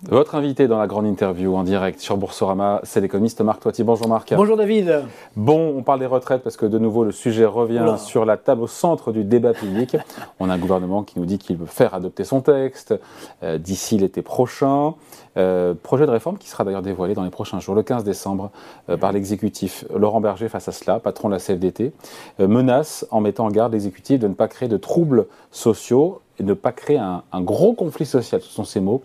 Votre invité dans la grande interview en direct sur Boursorama, c'est l'économiste Marc Toiti. Bonjour Marc. Bonjour David. Bon, on parle des retraites parce que de nouveau le sujet revient sur la table au centre du débat public. On a un gouvernement qui nous dit qu'il veut faire adopter son texte d'ici l'été prochain. Projet de réforme qui sera d'ailleurs dévoilé dans les prochains jours, le 15 décembre, par l'exécutif. Laurent Berger face à cela, patron de la CFDT, menace en mettant en garde l'exécutif de ne pas créer de troubles sociaux et de ne pas créer un gros conflit social, ce sont ces mots,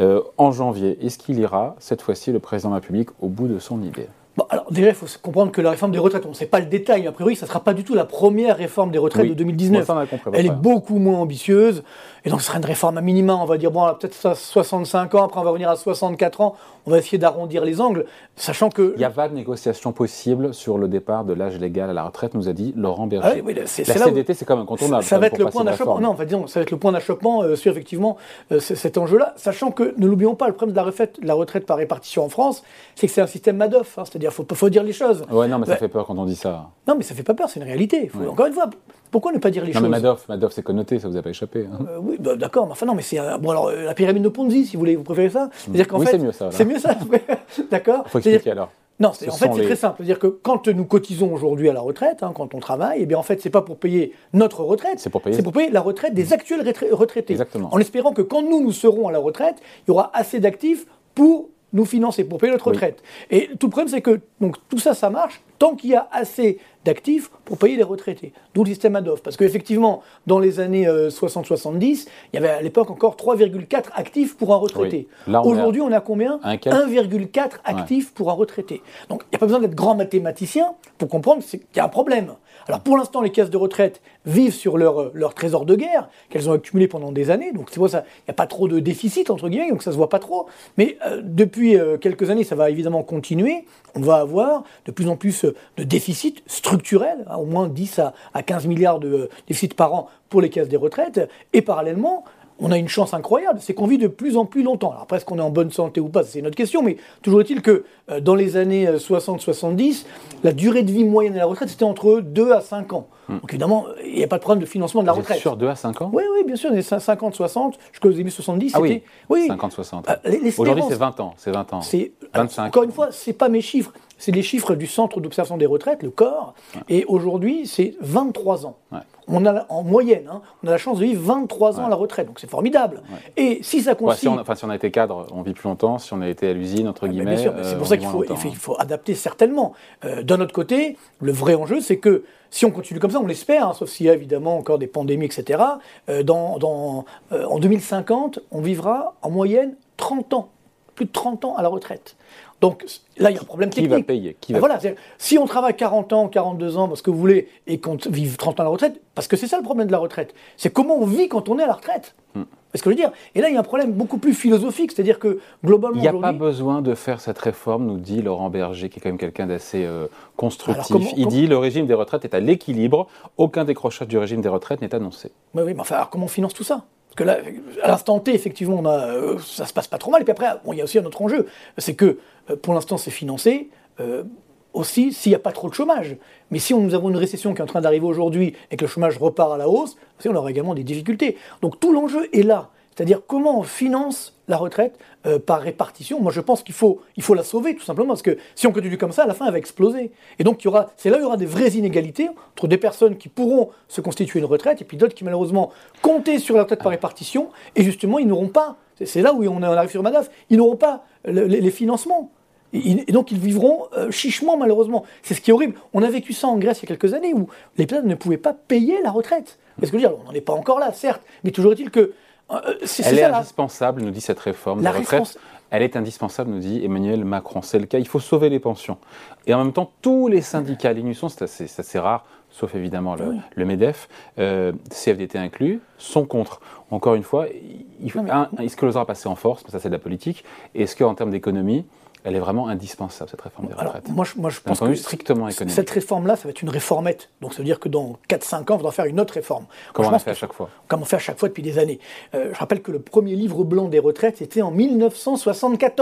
en janvier. Est-ce qu'il ira, cette fois-ci, le président de la République, au bout de son idée ? Bon, alors déjà, il faut comprendre que la réforme des retraites, on ne sait pas le détail, mais a priori, ça ne sera pas du tout la première réforme des retraites de 2019. Bon, compris, elle est beaucoup moins ambitieuse, et donc ce sera une réforme à minima. On va dire, bon, peut-être 65 ans, après on va revenir à 64 ans, on va essayer d'arrondir les angles, sachant que... Il y a pas de négociation possible sur le départ de l'âge légal à la retraite, nous a dit Laurent Berger. Ah oui, la CFDT, c'est quand même incontournable. Ça va être le point d'achoppement. Non, enfin, disons, ça va être le point d'achoppement sur effectivement cet enjeu-là, sachant que, ne l'oublions pas, le problème de la retraite par répartition en France, c'est que c'est un système Madoff, hein, c'est-à-dire faut dire les choses. Ouais, non, mais ça fait peur quand on dit ça. Non, mais ça fait pas peur, c'est une réalité. Encore une fois, pourquoi ne pas dire les choses ? Non, mais Madoff, c'est connoté, ça vous a pas échappé. Hein. Oui, bah, d'accord, mais enfin non, mais c'est bon alors la pyramide de Ponzi, si vous voulez, vous préférez ça ? C'est-à-dire qu'en fait, c'est mieux ça. C'est mieux ça, d'accord. Faut expliquer alors. Non, en fait, c'est très simple. C'est-à-dire que quand nous cotisons aujourd'hui à la retraite, hein, quand on travaille, eh bien en fait, c'est pas pour payer notre retraite, c'est pour payer la retraite des actuels retraités. Exactement. En espérant que quand nous serons à la retraite, il y aura assez d'actifs pour nous financer, pour payer notre retraite. Et tout le problème, c'est que donc, tout ça, ça marche tant qu'il y a assez d'actifs pour payer les retraités. D'où le système Madoff. Parce qu'effectivement, dans les années 60-70, il y avait à l'époque encore 3,4 actifs pour un retraité. Oui. Aujourd'hui, on a combien ? 1,4 actifs pour un retraité. Donc, il n'y a pas besoin d'être grand mathématicien pour comprendre qu'il y a un problème. Alors, pour l'instant, les caisses de retraite vivent sur leur trésor de guerre qu'elles ont accumulé pendant des années. Donc, c'est pour ça il n'y a pas trop de déficit, entre guillemets, donc ça ne se voit pas trop. Mais depuis quelques années, ça va évidemment continuer. On va avoir de plus en plus de déficit structurel, hein, au moins 10 à 15 milliards de déficit par an pour les caisses des retraites. Et parallèlement, on a une chance incroyable, c'est qu'on vit de plus en plus longtemps. Alors après, est-ce qu'on est en bonne santé ou pas, c'est une autre question, mais toujours est-il que dans les années 60-70, la durée de vie moyenne à la retraite, c'était entre 2 à 5 ans. Donc évidemment, il n'y a pas de problème de financement de la retraite. Sur 2 à 5 ans ? Oui, bien sûr, les 50-60, jusqu'aux années 70, c'était... Oui, 50-60. Aujourd'hui, c'est 20 ans. C'est 25. Encore une fois, ce n'est pas mes chiffres, c'est les chiffres du Centre d'observation des retraites, le COR, et aujourd'hui, c'est 23 ans. Ouais. On a, en moyenne, on a la chance de vivre 23 ans à la retraite, donc c'est formidable. Ouais. Et si ça coïncide... si on a été cadre, on vit plus longtemps. Si on a été à l'usine, entre guillemets... Bien sûr, c'est pour ça qu'il faut adapter certainement. D'un autre côté, le vrai enjeu, c'est que si on continue comme ça, on l'espère, sauf s'il y a évidemment encore des pandémies, etc., en 2050, on vivra en moyenne 30 ans, plus de 30 ans à la retraite. Donc là, il y a un problème technique. Qui va payer ? Voilà, si on travaille 40 ans, 42 ans, parce que vous voulez, et qu'on vive 30 ans à la retraite, parce que c'est ça le problème de la retraite, c'est comment on vit quand on est à la retraite. C'est ce que je veux dire. Et là, il y a un problème beaucoup plus philosophique, c'est-à-dire que globalement, il n'y a pas besoin de faire cette réforme, nous dit Laurent Berger, qui est quand même quelqu'un d'assez constructif. Il dit le régime des retraites est à l'équilibre, aucun décrochage du régime des retraites n'est annoncé. Oui, mais enfin, alors, comment on finance tout ça ? Parce que là, à l'instant T, effectivement, ça se passe pas trop mal. Et puis après, il y a aussi un autre enjeu, c'est que pour l'instant, c'est financé aussi s'il n'y a pas trop de chômage. Mais si nous avons une récession qui est en train d'arriver aujourd'hui et que le chômage repart à la hausse, on aura également des difficultés. Donc tout l'enjeu est là. C'est-à-dire comment on finance la retraite par répartition. Moi, je pense qu'il faut la sauver, tout simplement, parce que si on continue comme ça, à la fin, elle va exploser. Et donc, c'est là où il y aura des vraies inégalités entre des personnes qui pourront se constituer une retraite et puis d'autres qui, malheureusement, comptaient sur la retraite par répartition et justement, ils n'auront pas, c'est là où on arrive sur Madoff, ils n'auront pas les financements. Et donc, ils vivront chichement, malheureusement. C'est ce qui est horrible. On a vécu ça en Grèce il y a quelques années où les personnes ne pouvaient pas payer la retraite. Parce que je veux dire, on n'en est pas encore là, certes, mais toujours est-il que elle est indispensable, nous dit cette réforme de retraite. Elle est indispensable, nous dit Emmanuel Macron. C'est le cas, il faut sauver les pensions. Et en même temps, tous les syndicats, l'Unisson, c'est assez rare, sauf évidemment le MEDEF, CFDT inclus, sont contre. Encore une fois, est-ce que l'osera passer en force ? Ça, c'est de la politique. Et est-ce qu'en termes d'économie, elle est vraiment indispensable, cette réforme des retraites. Alors, moi, je pense que strictement économique. Cette réforme-là, ça va être une réformette. Donc, ça veut dire que dans 4-5 ans, on va faire une autre réforme. Comme on a fait à chaque fois. Comme on fait à chaque fois depuis des années. Je rappelle que le premier livre blanc des retraites, c'était en 1974.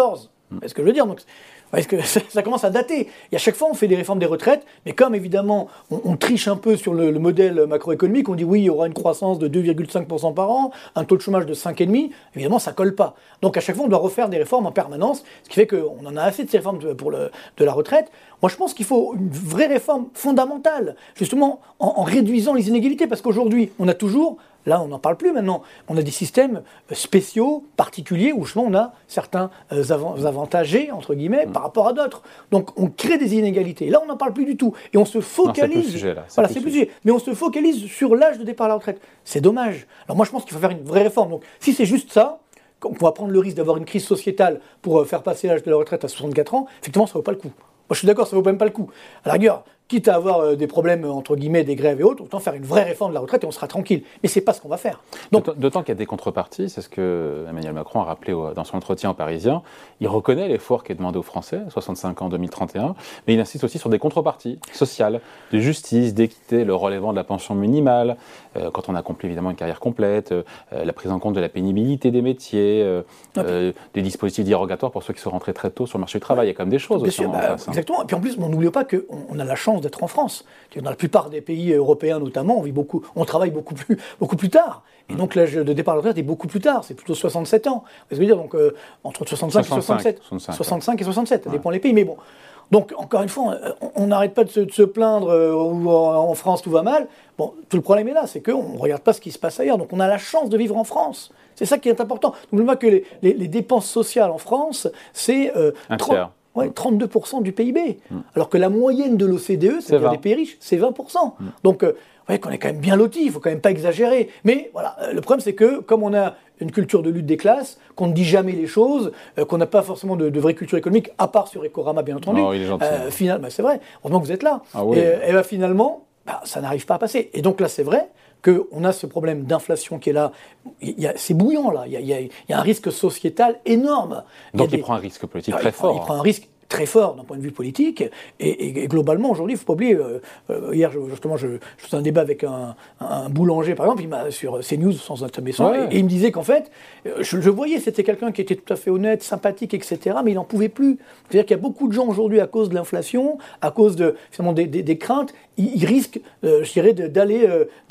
Vous voyez ce que je veux dire? Donc, parce que ça commence à dater. Et à chaque fois, on fait des réformes des retraites, mais comme évidemment, on triche un peu sur le modèle macroéconomique, on dit oui, il y aura une croissance de 2,5% par an, un taux de chômage de 5,5%, évidemment, ça colle pas. Donc à chaque fois, on doit refaire des réformes en permanence, ce qui fait qu'on en a assez de ces réformes de la retraite. Moi, je pense qu'il faut une vraie réforme fondamentale, justement en réduisant les inégalités, parce qu'aujourd'hui, on a toujours... Là, on n'en parle plus maintenant. On a des systèmes spéciaux, particuliers, où justement on a certains avantagés, entre guillemets, par rapport à d'autres. Donc on crée des inégalités. Là, on n'en parle plus du tout. Et on se focalise... Non, c'est plus le sujet, là. Voilà, c'est plus le sujet. Mais on se focalise sur l'âge de départ à la retraite. C'est dommage. Alors moi, je pense qu'il faut faire une vraie réforme. Donc si c'est juste ça, on va prendre le risque d'avoir une crise sociétale pour faire passer l'âge de la retraite à 64 ans, effectivement, ça ne vaut pas le coup. Moi, je suis d'accord, ça ne vaut même pas le coup. À la rigueur, quitte à avoir des problèmes, entre guillemets, des grèves et autres, autant faire une vraie réforme de la retraite et on sera tranquille. Mais ce n'est pas ce qu'on va faire. D'autant qu'il y a des contreparties, c'est ce que Emmanuel Macron a rappelé dans son entretien au Parisien. Il reconnaît l'effort qui est demandé aux Français, 65 ans en 2031, mais il insiste aussi sur des contreparties sociales, de justice, d'équité, le relèvement de la pension minimale, quand on accomplit évidemment une carrière complète, la prise en compte de la pénibilité des métiers, des dispositifs dérogatoires pour ceux qui sont rentrés très tôt sur le marché du travail. Il y a quand même des choses aussi en face. Exactement. Et puis en plus, on n'oublie pas qu'on a la chance d'être en France. Dans la plupart des pays européens notamment, on travaille beaucoup plus tard. Et donc l'âge de départ à la retraite est beaucoup plus tard, c'est plutôt 67 ans. Vous voyez, donc entre 65 et 67. 65 et 67, ça dépend des pays. Mais bon, donc encore une fois, on n'arrête pas de se plaindre en France tout va mal. Bon, tout le problème est là, c'est qu'on ne regarde pas ce qui se passe ailleurs. Donc on a la chance de vivre en France. C'est ça qui est important. N'oubliez pas que les dépenses sociales en France, c'est un tiers. 32% du PIB. Alors que la moyenne de l'OCDE, c'est-à-dire des pays riches, c'est 20%. Donc, vous voyez qu'on est quand même bien lotis, il ne faut quand même pas exagérer. Mais voilà, le problème, c'est que comme on a une culture de lutte des classes, qu'on ne dit jamais les choses, qu'on n'a pas forcément de vraie culture économique, à part sur Ecorama, bien entendu. Non, il est gentil. C'est vrai, heureusement que vous êtes là. Ah oui. Et finalement, ça n'arrive pas à passer. Et donc là, c'est vrai qu'on a ce problème d'inflation qui est là. C'est bouillant, là. Il y a un risque sociétal énorme. Donc il prend un risque politique très fort. Il prend un risque très fort d'un point de vue politique, et globalement, aujourd'hui, il ne faut pas oublier, hier, justement, je faisais un débat avec un boulanger, par exemple, il m'a sur CNews, sans intermédiaire, et il me disait qu'en fait, je voyais, c'était quelqu'un qui était tout à fait honnête, sympathique, etc., mais il n'en pouvait plus. C'est-à-dire qu'il y a beaucoup de gens aujourd'hui, à cause de l'inflation, à cause finalement, des craintes, ils risquent, je dirais, d'aller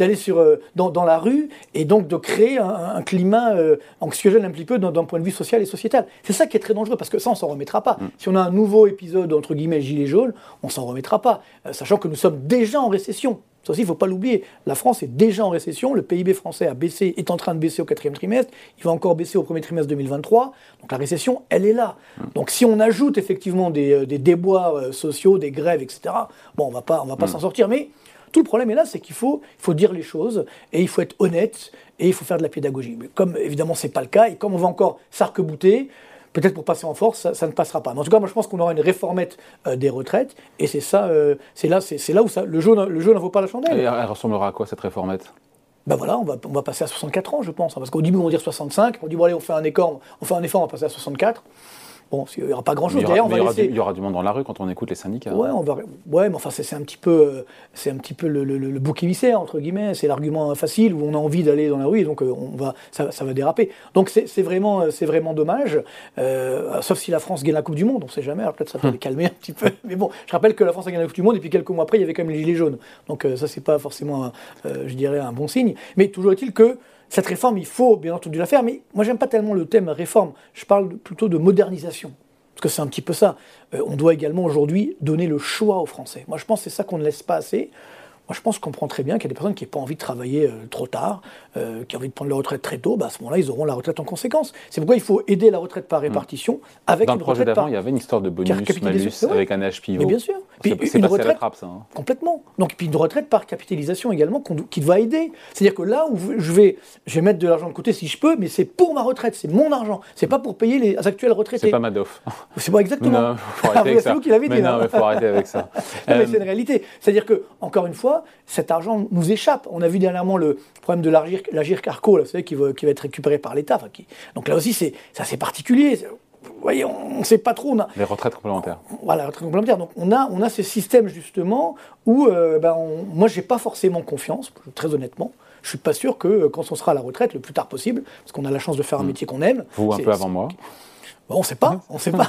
dans la rue, et donc de créer un climat anxiogène un petit peu d'un point de vue social et sociétal. C'est ça qui est très dangereux, parce que ça, on ne s'en remettra pas. Si on a un nouveau épisode, entre guillemets, gilet jaune, on ne s'en remettra pas, sachant que nous sommes déjà en récession. Ça aussi, il ne faut pas l'oublier. La France est déjà en récession, le PIB français est en train de baisser au 4e trimestre, il va encore baisser au 1er trimestre 2023, donc la récession, elle est là. Donc si on ajoute effectivement des déboires sociaux, des grèves, etc., bon, on va pas s'en sortir, mais tout le problème est là, c'est qu'il faut dire les choses, et il faut être honnête, et il faut faire de la pédagogie. Mais comme évidemment ce n'est pas le cas, et comme on va encore s'arc-bouter, peut-être pour passer en force, ça ne passera pas. Mais en tout cas, moi je pense qu'on aura une réformette des retraites, et c'est ça, c'est là où le jeu n'en vaut pas la chandelle. Et elle ressemblera à quoi cette réformette ? Ben voilà, on va passer à 64 ans, je pense. Parce qu'au début, on va dire 65, on dit bon allez, on fait un effort, on va passer à 64. Bon, il n'y aura pas grand-chose. D'ailleurs, il y aura du monde dans la rue quand on écoute les syndicats. Ouais, mais enfin, c'est un petit peu le bouc émissaire, entre guillemets. C'est l'argument facile où on a envie d'aller dans la rue, et donc ça va déraper. Donc c'est vraiment dommage. Sauf si la France gagne la Coupe du Monde, on ne sait jamais. Alors peut-être ça peut les calmer un petit peu. Mais bon, je rappelle que la France a gagné la Coupe du Monde, et puis quelques mois après, il y avait quand même les Gilets jaunes. Donc ça, c'est pas forcément, je dirais, un bon signe. Mais toujours est-il que cette réforme, il faut bien entendu la faire, mais moi j'aime pas tellement le thème réforme, je parle plutôt de modernisation, parce que c'est un petit peu ça. On doit également aujourd'hui donner le choix aux Français. Moi je pense que c'est ça qu'on ne laisse pas assez. Moi je pense qu'on comprend très bien qu'il y a des personnes qui n'ont pas envie de travailler trop tard, qui ont envie de prendre leur retraite très tôt, à ce moment-là ils auront la retraite en conséquence. C'est pourquoi il faut aider la retraite par répartition avec dans une le projet retraite d'avant, il y avait une histoire de bonus-malus avec un âge pivot. Mais bien sûr. C'est passé à la trappe, ça. Complètement. Donc, puis une retraite par capitalisation également qui va aider. C'est-à-dire que là où je vais mettre de l'argent de côté si je peux, mais c'est pour ma retraite, c'est mon argent. C'est pas pour payer les actuels retraités. C'est pas Madoff. C'est pas exactement. Non, faut arrêter avec ça. C'est vous qui l'avez dit. Non, mais faut arrêter avec ça. Mais c'est une réalité. C'est-à-dire que, encore une fois, cet argent nous échappe. On a vu dernièrement le problème de l'Agirc Arco, là, vous savez, qui va être récupéré par l'État. Donc là aussi, c'est assez particulier. Vous voyez, on ne sait pas trop. Les retraites complémentaires. Voilà, les retraites complémentaires. Donc on a ces systèmes justement où moi je n'ai pas forcément confiance, très honnêtement. Je ne suis pas sûr que quand on sera à la retraite, le plus tard possible, parce qu'on a la chance de faire un métier qu'on aime. Vous, un peu avant moi. On ne sait pas, on ne sait pas.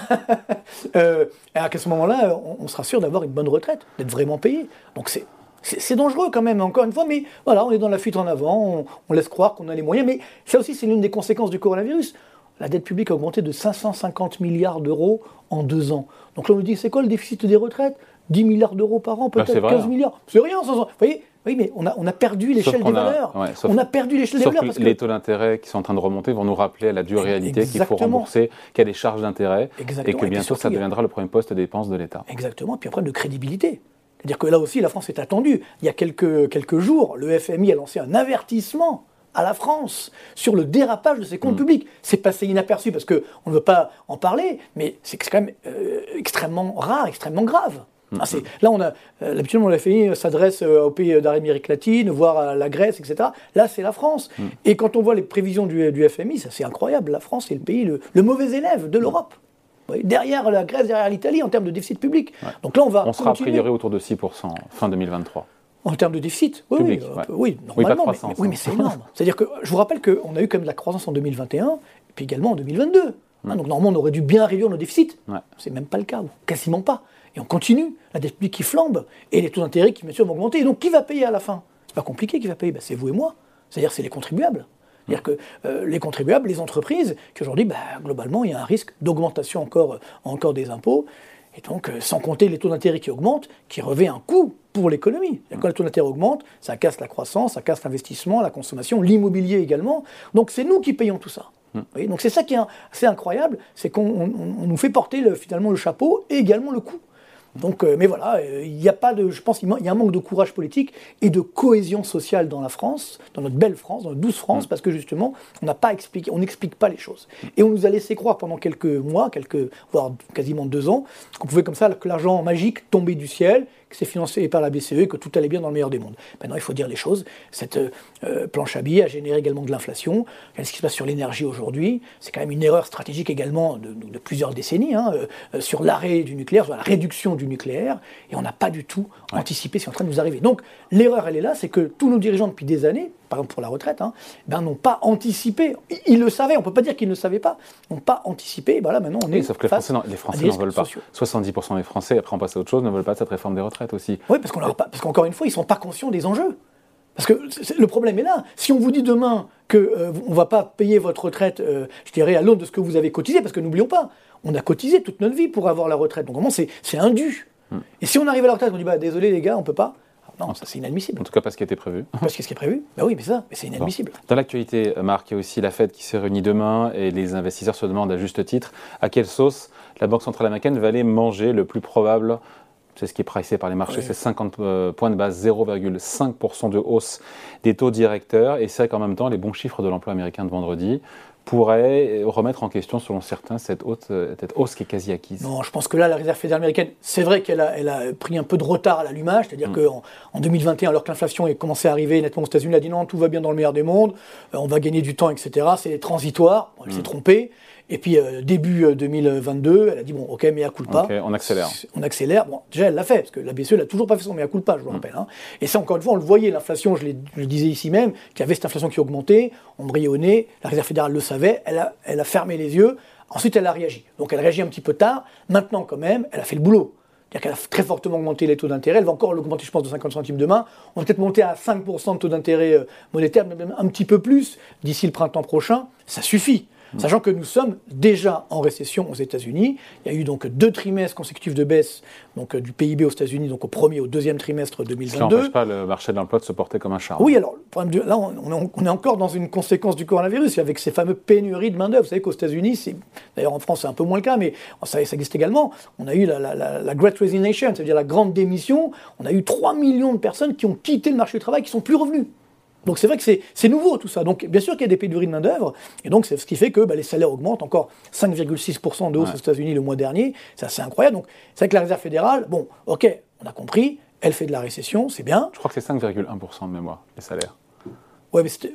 À ce moment-là, on sera sûr d'avoir une bonne retraite, d'être vraiment payé. Donc c'est dangereux quand même, encore une fois, mais voilà, on est dans la fuite en avant, on laisse croire qu'on a les moyens, mais ça aussi c'est l'une des conséquences du coronavirus. La dette publique a augmenté de 550 milliards d'euros en 2 ans. Donc là on nous dit, c'est quoi le déficit des retraites ? 10 milliards d'euros par an, peut-être 15 milliards. C'est rien, vous voyez ? Oui, mais on a perdu l'échelle des valeurs. On a perdu l'échelle des valeurs. Parce que les taux d'intérêt qui sont en train de remonter vont nous rappeler à la dure réalité qu'il faut rembourser, qu'il y a des charges d'intérêt et que bientôt ça deviendra le premier poste de dépense de l'État. Exactement, puis après de crédibilité. C'est-à-dire que là aussi, la France est attendue. Il y a quelques jours, le FMI a lancé un avertissement à la France sur le dérapage de ses comptes publics. C'est passé inaperçu parce qu'on ne veut pas en parler, mais c'est quand même extrêmement rare, extrêmement grave. Là, l'habituellement, le FMI s'adresse aux pays d'Amérique latine, voire à la Grèce, etc. Là, c'est la France. Et quand on voit les prévisions du FMI, ça c'est incroyable. La France est le pays, le mauvais élève de l'Europe. Derrière la Grèce, derrière l'Italie, en termes de déficit public. Ouais. Donc là, on sera a priori autour de 6% fin 2023. En termes de déficit, public, oui, normalement. Oui, pas de croissance, mais c'est énorme. C'est-à-dire que je vous rappelle qu'on a eu quand même de la croissance en 2021, et puis également en 2022. Donc normalement, on aurait dû bien réduire nos déficits. C'est même pas le cas, quasiment pas. Et on continue, la dette publique qui flambe, et les taux d'intérêt qui, bien sûr, vont augmenter. Et donc, qui va payer à la fin ? C'est pas compliqué, qui va payer ? C'est vous et moi. C'est-à-dire, c'est les contribuables. C'est-à-dire que les contribuables, les entreprises, qu'aujourd'hui, globalement, il y a un risque d'augmentation encore des impôts. Et donc, sans compter les taux d'intérêt qui augmentent, qui revêt un coût pour l'économie. Quand les taux d'intérêt augmentent, ça casse la croissance, ça casse l'investissement, la consommation, l'immobilier également. Donc, c'est nous qui payons tout ça. Vous voyez, donc, c'est ça qui est assez incroyable, c'est qu'on nous fait porter finalement le chapeau et également le coût. Donc, mais voilà, il n'y a pas de, je pense qu'il y a un manque de courage politique et de cohésion sociale dans la France, dans notre belle France, dans notre douce France, parce que justement, on n'explique pas les choses. Et on nous a laissé croire pendant quelques mois, voire quasiment 2 ans, qu'on pouvait comme ça, que l'argent magique tombait du ciel, que c'est financé par la BCE et que tout allait bien dans le meilleur des mondes. Maintenant, il faut dire les choses. Cette planche à billets a généré également de l'inflation. Regardez ce qui se passe sur l'énergie aujourd'hui. C'est quand même une erreur stratégique également de plusieurs décennies, sur l'arrêt du nucléaire, sur la réduction du nucléaire. Et on n'a pas du tout anticipé ce qui est en train de nous arriver. Donc, l'erreur, elle est là, c'est que tous nos dirigeants depuis des années, par exemple pour la retraite, n'ont pas anticipé. Ils le savaient, on ne peut pas dire qu'ils ne le savaient pas. Ils n'ont pas anticipé. Et là, maintenant, on est sauf que les Français n'en veulent pas. 70% des Français, après on passe à autre chose, ne veulent pas de cette réforme des retraites aussi. Oui, parce qu'encore une fois, ils ne sont pas conscients des enjeux. Parce que le problème est là. Si on vous dit demain qu'on ne va pas payer votre retraite, je dirais, à l'aune de ce que vous avez cotisé, parce que n'oublions pas, on a cotisé toute notre vie pour avoir la retraite. Donc vraiment, c'est un dû. Et si on arrive à la retraite, on dit désolé les gars, on ne peut pas. Non, ça c'est inadmissible. En tout cas, pas ce qui était prévu. Pas ce qui est prévu. Oui, mais c'est inadmissible. Dans l'actualité, Marc, il y a aussi la Fed qui se réunit demain et les investisseurs se demandent à juste titre à quelle sauce la Banque centrale américaine va aller manger. Le plus probable, c'est ce qui est pricé par les marchés, c'est 50 points de base, 0,5% de hausse des taux directeurs. Et c'est vrai qu'en même temps, les bons chiffres de l'emploi américain de vendredi pourraient remettre en question, selon certains, cette hausse qui est quasi acquise. Non, je pense que là, la Réserve fédérale américaine, c'est vrai qu'elle a pris un peu de retard à l'allumage, c'est-à-dire qu'en 2021, alors que l'inflation est commencé à arriver nettement aux États-Unis, elle a dit non, tout va bien dans le meilleur des mondes, on va gagner du temps, etc. C'est transitoire, elle s'est trompée. Et puis, début 2022, elle a dit, bon, ok, mea culpa. Ok, on accélère. On accélère. Bon, déjà, elle l'a fait, parce que la BCE n'a toujours pas fait son mea culpa, je vous rappelle. Et ça, encore une fois, on le voyait, l'inflation, je le disais ici même, qu'il y avait cette inflation qui augmentait, on brillait au nez, la Réserve fédérale le savait, elle a fermé les yeux, ensuite elle a réagi. Donc elle réagit un petit peu tard, maintenant quand même, elle a fait le boulot. C'est-à-dire qu'elle a très fortement augmenté les taux d'intérêt, elle va encore l'augmenter, je pense, de 50 centimes demain. On va peut-être monter à 5% de taux d'intérêt monétaire, même un petit peu plus, d'ici le printemps prochain, ça suffit. Sachant que nous sommes déjà en récession aux États-Unis. Il y a eu donc 2 trimestres consécutifs de baisse du PIB aux États-Unis, donc au premier et au deuxième trimestre 2022. Ça n'empêche pas le marché de l'emploi de se porter comme un char. Oui, alors, le problème là, on est encore dans une conséquence du coronavirus, avec ces fameux pénuries de main-d'œuvre. Vous savez qu'aux États-Unis, d'ailleurs en France c'est un peu moins le cas, mais ça existe également. On a eu la Great Resignation, c'est-à-dire la grande démission. On a eu 3 millions de personnes qui ont quitté le marché du travail, qui ne sont plus revenus. Donc c'est vrai que c'est nouveau tout ça. Donc bien sûr qu'il y a des pénuries de main-d'œuvre, et donc c'est ce qui fait que les salaires augmentent encore 5,6% de hausse aux États-Unis le mois dernier. C'est assez incroyable. Donc c'est vrai que la Réserve fédérale, bon, ok, on a compris, elle fait de la récession, c'est bien. Je crois que c'est 5,1% de mémoire, les salaires. Ouais, mais c'était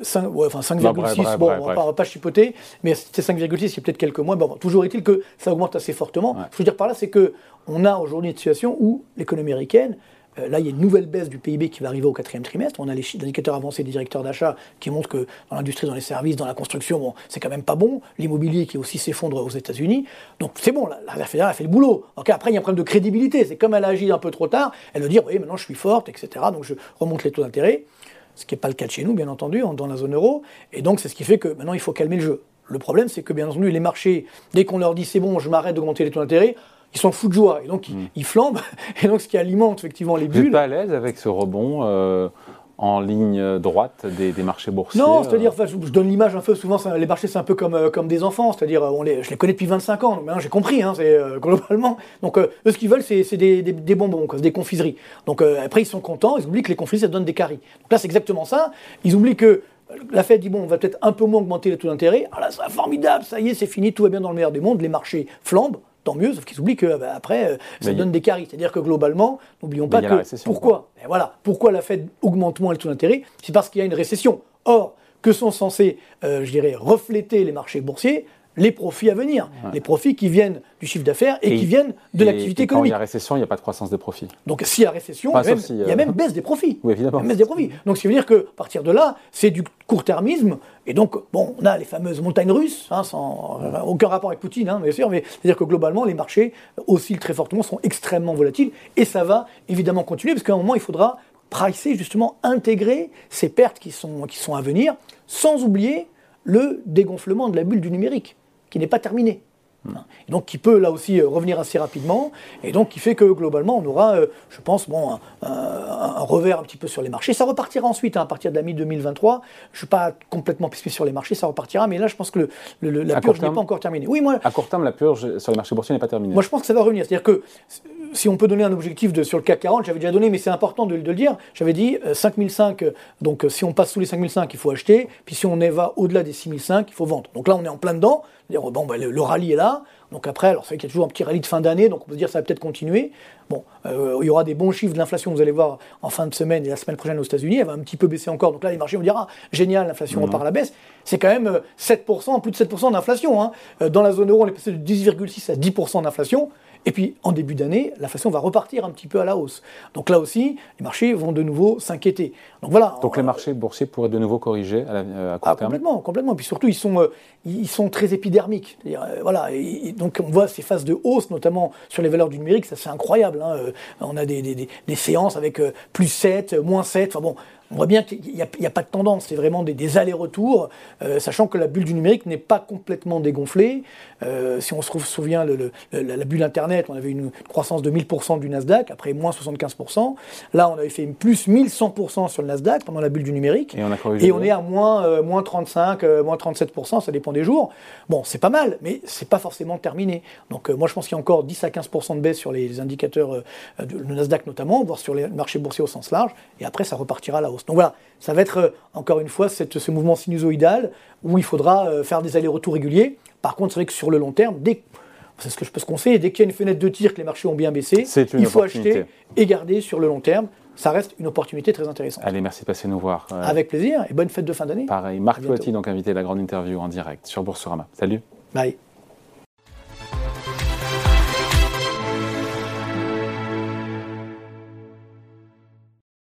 5,6, bon, on va pas chipoter, mais c'était 5,6 il y a peut-être quelques mois. Bon, toujours est-il que ça augmente assez fortement. Ce que je veux dire par là, c'est qu'on a aujourd'hui une situation où l'économie américaine là, il y a une nouvelle baisse du PIB qui va arriver au 4e trimestre. On a les indicateurs avancés des directeurs d'achat qui montrent que dans l'industrie, dans les services, dans la construction, bon, c'est quand même pas bon. L'immobilier qui aussi s'effondre aux États-Unis. Donc c'est bon, la Réserve fédérale a fait le boulot. Donc, après, il y a un problème de crédibilité. C'est comme elle a agi un peu trop tard, elle veut dire, oui, maintenant je suis forte, etc. Donc je remonte les taux d'intérêt. Ce qui n'est pas le cas de chez nous, bien entendu, dans la zone euro. Et donc, c'est ce qui fait que maintenant, il faut calmer le jeu. Le problème, c'est que, bien entendu, les marchés, dès qu'on leur dit c'est bon, je m'arrête d'augmenter les taux d'intérêt, ils sont fous de joie. Et donc, ils flambent. Et donc, ce qui alimente effectivement les bulles. Vous n'êtes pas à l'aise avec ce rebond en ligne droite des marchés boursiers? Non, c'est-à-dire, je donne l'image un peu, souvent, les marchés, c'est un peu comme des enfants. C'est-à-dire, je les connais depuis 25 ans. Donc maintenant, j'ai compris, globalement. Donc, eux, ce qu'ils veulent, c'est des bonbons, des confiseries. Donc, après, ils sont contents. Ils oublient que les confiseries, ça donne des caries. Donc là, c'est exactement ça. Ils oublient que la Fed dit, bon, on va peut-être un peu moins augmenter les taux d'intérêt. Alors là, c'est formidable, ça y est, c'est fini, tout va bien dans le meilleur des mondes. Les marchés flambent. Tant mieux, sauf qu'ils oublient que après, ça donne des caries. C'est-à-dire que globalement, n'oublions pas que pourquoi la Fed augmente moins les taux d'intérêt, c'est parce qu'il y a une récession. Or, que sont censés, refléter les marchés boursiers? Les profits à venir, les profits qui viennent du chiffre d'affaires et qui viennent de l'activité économique. Quand il y a récession, il n'y a pas de croissance des profits. Donc s'il y a récession, il y a même baisse des profits. Oui, évidemment. Baisse des profits. Donc ce qui veut dire qu'à partir de là, c'est du court-termisme. Et donc, bon, on a les fameuses montagnes russes, sans aucun rapport avec Poutine, bien sûr, mais c'est-à-dire que globalement, les marchés oscillent très fortement, sont extrêmement volatiles, et ça va évidemment continuer, parce qu'à un moment, il faudra pricer, justement, intégrer ces pertes qui sont à venir, sans oublier le dégonflement de la bulle du numérique, qui n'est pas terminé. Et donc qui peut là aussi revenir assez rapidement, et donc qui fait que globalement on aura, je pense, un revers un petit peu sur les marchés. Ça repartira ensuite, à partir de la mi-2023. Je ne suis pas complètement pessimiste sur les marchés, ça repartira, mais là je pense que la purge n'est pas encore terminée. Oui, moi, à court terme, la purge sur les marchés boursiers n'est pas terminée. Moi je pense que ça va revenir, c'est-à-dire que si on peut donner un objectif sur le CAC 40, j'avais déjà donné, mais c'est important de le dire, j'avais dit 5005, donc si on passe sous les 5005, il faut acheter, puis si on va au-delà des 6005, il faut vendre. Donc là on est en plein dedans, c'est-à-dire, le rallye est là, donc après, alors c'est vrai qu'il y a toujours un petit rallye de fin d'année, donc on peut se dire que ça va peut-être continuer. Bon, il y aura des bons chiffres de l'inflation, vous allez voir, en fin de semaine et la semaine prochaine aux États-Unis, elle va un petit peu baisser encore, donc là les marchés vont dire, ah, génial, l'inflation repart à la baisse. C'est quand même 7%, plus de 7% d'inflation. Dans la zone euro, on est passé de 10,6 à 10% d'inflation. Et puis, en début d'année, l'inflation va repartir un petit peu à la hausse. Donc là aussi, les marchés vont de nouveau s'inquiéter. Donc voilà. Donc les marchés boursiers pourraient de nouveau corriger à court terme. Complètement. Et puis surtout, ils sont très épidermiques. Et donc on voit ces phases de hausse, notamment sur les valeurs du numérique, ça c'est incroyable. On a des séances avec plus 7, moins 7. Enfin bon, on voit bien qu'il n'y a pas de tendance, c'est vraiment des allers-retours, sachant que la bulle du numérique n'est pas complètement dégonflée. Si on se souvient, la bulle Internet, on avait une croissance de 1000% du Nasdaq, après moins 75%. Là, on avait fait plus 1100% sur le Nasdaq pendant la bulle du numérique. Et on est à moins 35, moins 37%, ça dépend des jours. Bon, c'est pas mal, mais c'est pas forcément terminé. Donc moi, je pense qu'il y a encore 10 à 15% de baisse sur les indicateurs, le Nasdaq notamment, voire sur les marchés boursiers au sens large, et après, ça repartira à la hausse. Donc voilà, ça va être, encore une fois, ce mouvement sinusoïdal où il faudra faire des allers-retours réguliers. Par contre, c'est vrai que sur le long terme, c'est ce qu'on sait, dès qu'il y a une fenêtre de tir, que les marchés ont bien baissé, il faut acheter et garder sur le long terme. Ça reste une opportunité très intéressante. Allez, merci de passer nous voir. Avec plaisir, et bonne fête de fin d'année. Pareil, Marc Lotti, donc invité de la grande interview en direct sur Boursorama. Salut. Bye.